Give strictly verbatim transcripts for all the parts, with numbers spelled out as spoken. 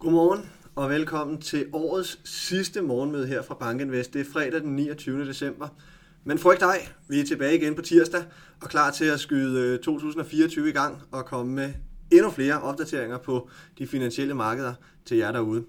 Godmorgen og velkommen til årets sidste morgenmøde her fra BankInvest. Det er fredag den niogtyvende december. Men frygt ej, vi er tilbage igen på tirsdag og klar til at skyde to tusind fireogtyve i gang og komme med endnu flere opdateringer på de finansielle markeder til jer derude.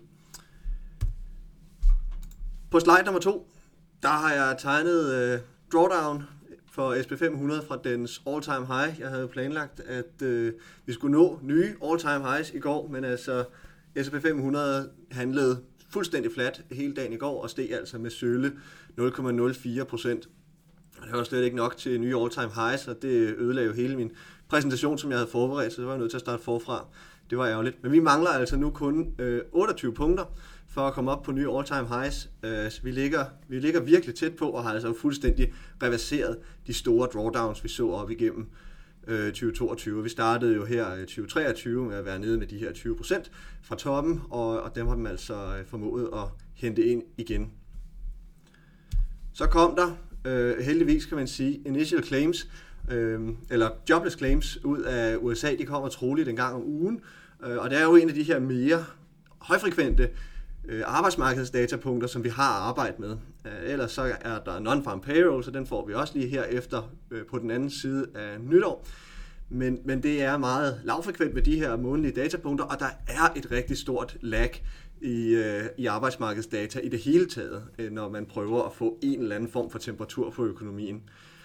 På slide nummer to, der har jeg tegnet uh, drawdown for S and P fem hundrede fra dens all-time high. Jeg havde planlagt, at uh, vi skulle nå nye all-time highs i går, men altså S and P fem hundrede handlede fuldstændig flat hele dagen i går og steg altså med sølle nul komma nul fire procent. Det var slet ikke nok til nye all-time highs, og det ødelagde jo hele min præsentation, som jeg havde forberedt, så det var jeg nødt til at starte forfra. Det var ærgerligt. Men vi mangler altså nu kun øh, otteogtyve punkter for at komme op på nye all-time highs. Øh, så vi ligger, vi ligger virkelig tæt på og har altså fuldstændig reverseret de store drawdowns, vi så op igennem øh, tyve toogtyve. Vi startede jo her i tyve treogtyve med at være nede med de her tyve procent fra toppen, og, og dem har dem altså formået at hente ind igen. Så kom der øh, heldigvis, kan man sige, initial claims, øh, eller jobless claims ud af U S A. De kommer troligt en gang om ugen, øh, og det er jo en af de her mere højfrekvente øh, arbejdsmarkedsdatapunkter, som vi har arbejdet med. Øh, ellers så er der non-farm payroll, så den får vi også lige her efter øh, på den anden side af nytår. Men, men det er meget lavfrekvent med de her månedlige datapunkter, og der er et rigtig stort lag i, øh, i arbejdsmarkedsdata i det hele taget, øh, når man prøver at få en eller anden form for temperatur på økonomien.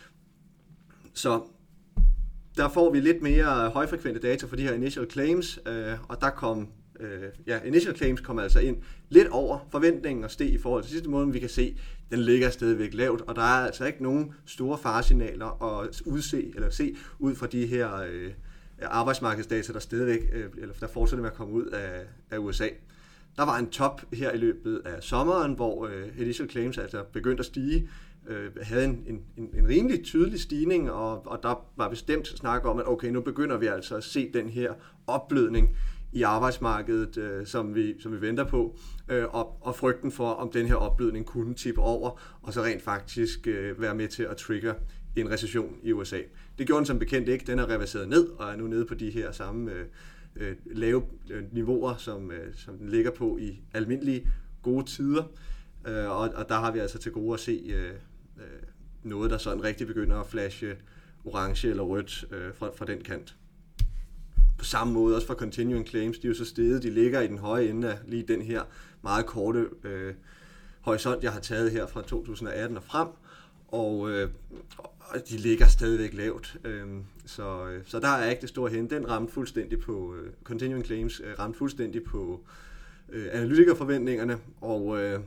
Så der får vi lidt mere højfrekvente data for de her initial claims, øh, og der kom øh, ja, initial claims kom altså ind lidt over forventningen og steg i forhold til sidste måned. Vi kan se, den ligger stadigvæk lavt, og der er altså ikke nogen store faresignaler at udse eller se ud fra de her øh, arbejdsmarkedsdata, der stadigvæk øh, eller der fortsætter med at komme ud af, af U S A. Der var en top her i løbet af sommeren, hvor øh, initial claims altså begyndte at stige, øh, havde en, en, en rimelig tydelig stigning, og, og der var bestemt snak om, at okay, nu begynder vi altså at se den her opblødning i arbejdsmarkedet, øh, som, vi, som vi venter på, øh, og, og frygten for, om den her opblødning kunne tippe over, og så rent faktisk øh, være med til at trigge en recession i U S A. Det gjorde den som bekendt ikke. Den er reverseret ned, og er nu nede på de her samme øh, øh, lave øh, niveauer, som, øh, som den ligger på i almindelige gode tider. Øh, og, og der har vi altså til gode at se øh, øh, noget, der sådan rigtig begynder at flashe orange eller rødt øh, fra, fra den kant. På samme måde også for continuing claims, de er jo så steget, de ligger i den høje ende af lige den her meget korte øh, horisont, jeg har taget her fra to tusind atten og frem, og, øh, og de ligger stadigvæk lavt, øh, så, øh, så der er ikke det store hen. Den ramte fuldstændig på, øh, continuing claims øh, ramte fuldstændig på øh, analytikerforventningerne, og øh,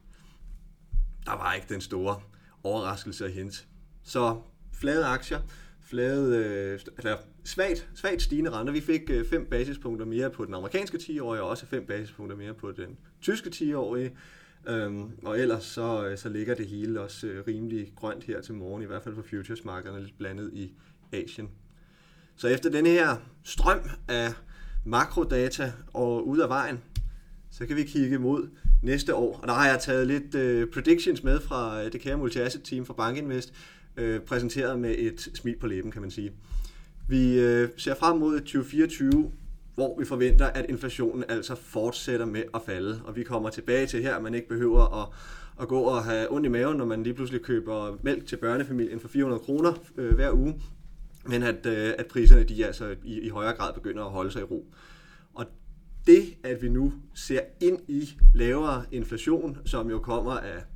der var ikke den store overraskelse at hente. Så flade aktier, flade, øh, eller svagt, svagt stigende renter. Vi fik øh, fem basispunkter mere på den amerikanske ti-årige, og også fem basispunkter mere på den tyske ti-årige. Øhm, og ellers så, så ligger det hele også øh, rimelig grønt her til morgen, i hvert fald på futuresmarkederne, lidt blandet i Asien. Så efter denne her strøm af makrodata og ud af vejen, så kan vi kigge mod næste år. Og der har jeg taget lidt øh, predictions med fra det kære multi-asset team fra BankInvest, øh, præsenteret med et smil på læben, kan man sige. Vi øh, ser frem mod tyve fireogtyve, hvor vi forventer, at inflationen altså fortsætter med at falde. Og vi kommer tilbage til her, at man ikke behøver at, at gå og have ondt i maven, når man lige pludselig køber mælk til børnefamilien for fire hundrede kroner øh, hver uge. Men at, øh, at priserne de altså i, i højere grad begynder at holde sig i ro. Og det, at vi nu ser ind i lavere inflation, som jo kommer af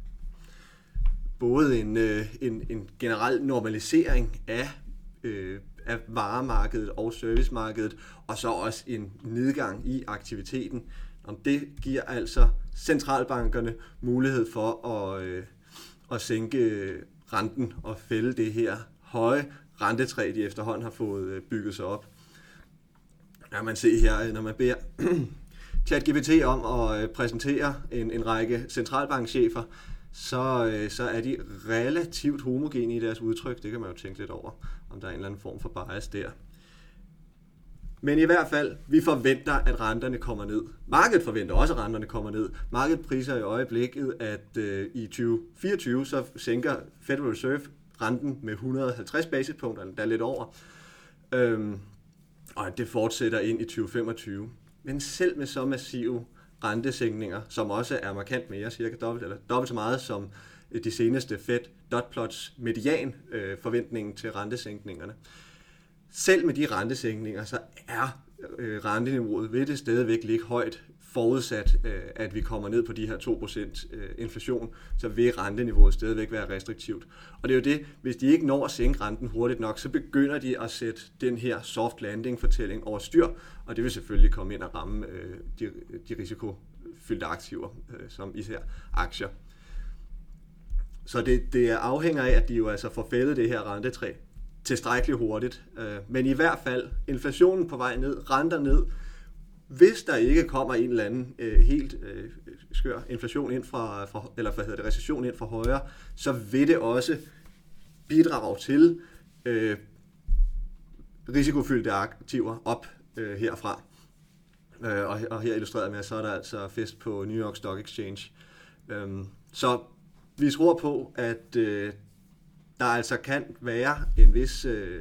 både en, øh, en, en generel normalisering af øh, af varemarkedet og servicemarkedet, og så også en nedgang i aktiviteten. Om det giver altså centralbankerne mulighed for at, øh, at sænke renten og fælde det her høje rentetræ, de efterhånden har fået bygget sig op. Ja, man ser her, når man beder ChatGPT om at præsentere en, en række centralbankchefer, så, så er de relativt homogene i deres udtryk. Det kan man jo tænke lidt over, om der er en eller anden form for bias der. Men i hvert fald, vi forventer, at renterne kommer ned. Markedet forventer også, at renterne kommer ned. Markedet priser i øjeblikket, at øh, i tyve fireogtyve, så sænker Federal Reserve renten med et hundrede og halvtreds basispunkter, der er lidt over. Øhm, og det fortsætter ind i tyve femogtyve. Men selv med så massive rentesænkninger, som også er markant mere, cirka dobbelt, eller dobbelt så meget som de seneste Fed dot plots median øh, forventningen til rentesænkningerne. Selv med de rentesænkninger, så er øh, renteniveauet ved det stadigvæk ligge højt, forudsat øh, at vi kommer ned på de her to procent øh, inflation, så vil renteniveauet stadigvæk være restriktivt. Og det er jo det, hvis de ikke når at sænke renten hurtigt nok, så begynder de at sætte den her soft landing-fortælling over styr, og det vil selvfølgelig komme ind og ramme øh, de, de risikofyldte aktiver, øh, som især aktier. Så det, det afhænger af, at de jo altså får fældet det her rentetræ tilstrækkeligt hurtigt. Men i hvert fald, inflationen på vej ned, renter ned. Hvis der ikke kommer en eller anden øh, helt øh, skør inflation ind fra, fra eller hvad hedder det, recession ind fra højre, så vil det også bidrage til øh, risikofyldte aktiver op øh, herfra. Øh, og, og her illustreret med, så er der altså fest på New York Stock Exchange. Øh, så vi tror på, at øh, der altså kan være en vis... Øh,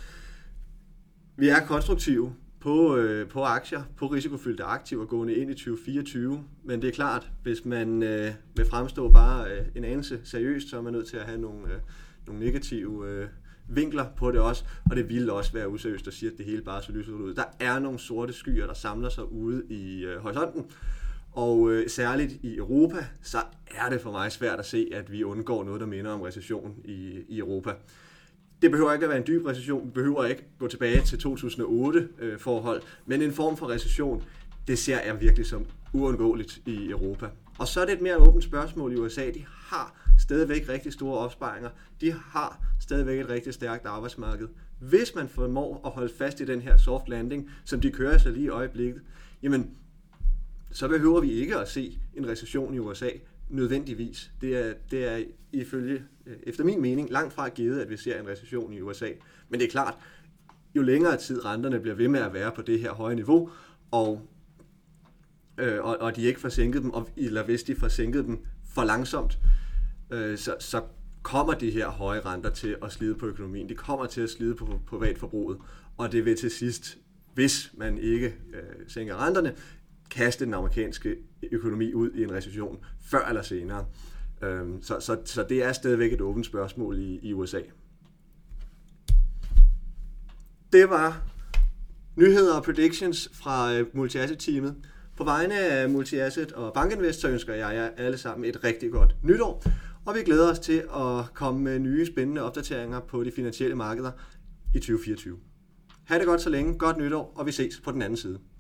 vi er konstruktive på, øh, på aktier, på risikofyldte aktiver gående ind i tyve fireogtyve, men det er klart, hvis man øh, vil fremstå bare øh, en anelse seriøst, så er man nødt til at have nogle, øh, nogle negative øh, vinkler på det også, og det vil også være useriøst at sige, at det hele bare så lyser ud. Der er nogle sorte skyer, der samler sig ude i øh, horisonten, og øh, særligt i Europa, så er det for mig svært at se, at vi undgår noget, der minder om recession i, i Europa. Det behøver ikke at være en dyb recession, vi behøver ikke gå tilbage til to tusind og otte øh, forhold, men en form for recession, det ser jeg virkelig som uundgåeligt i Europa. Og så er det et mere åbent spørgsmål i U S A. De har stadigvæk rigtig store opsparinger, de har stadigvæk et rigtig stærkt arbejdsmarked. Hvis man formår at holde fast i den her soft landing, som de kører sig lige i øjeblikket, jamen så behøver vi ikke at se en recession i U S A nødvendigvis. Det er, det er ifølge, efter min mening, langt fra givet, at vi ser en recession i U S A. Men det er klart, jo længere tid renterne bliver ved med at være på det her høje niveau, og, øh, og, og de ikke får sænket dem, og, eller hvis de får sænket dem for langsomt, øh, så, så kommer de her høje renter til at slide på økonomien. De kommer til at slide på privatforbruget, og det vil til sidst, hvis man ikke øh, sænker renterne, kaste den amerikanske økonomi ud i en recession før eller senere. Øhm, så, så, så det er stadigvæk et åbent spørgsmål i, i U S A. Det var nyheder og predictions fra Multi-Asset-teamet. På vegne af Multi-Asset og Bankinvest, så ønsker jeg jer alle sammen et rigtig godt nytår, og vi glæder os til at komme med nye spændende opdateringer på de finansielle markeder i tyve fireogtyve. Ha' det godt så længe, godt nytår, og vi ses på den anden side.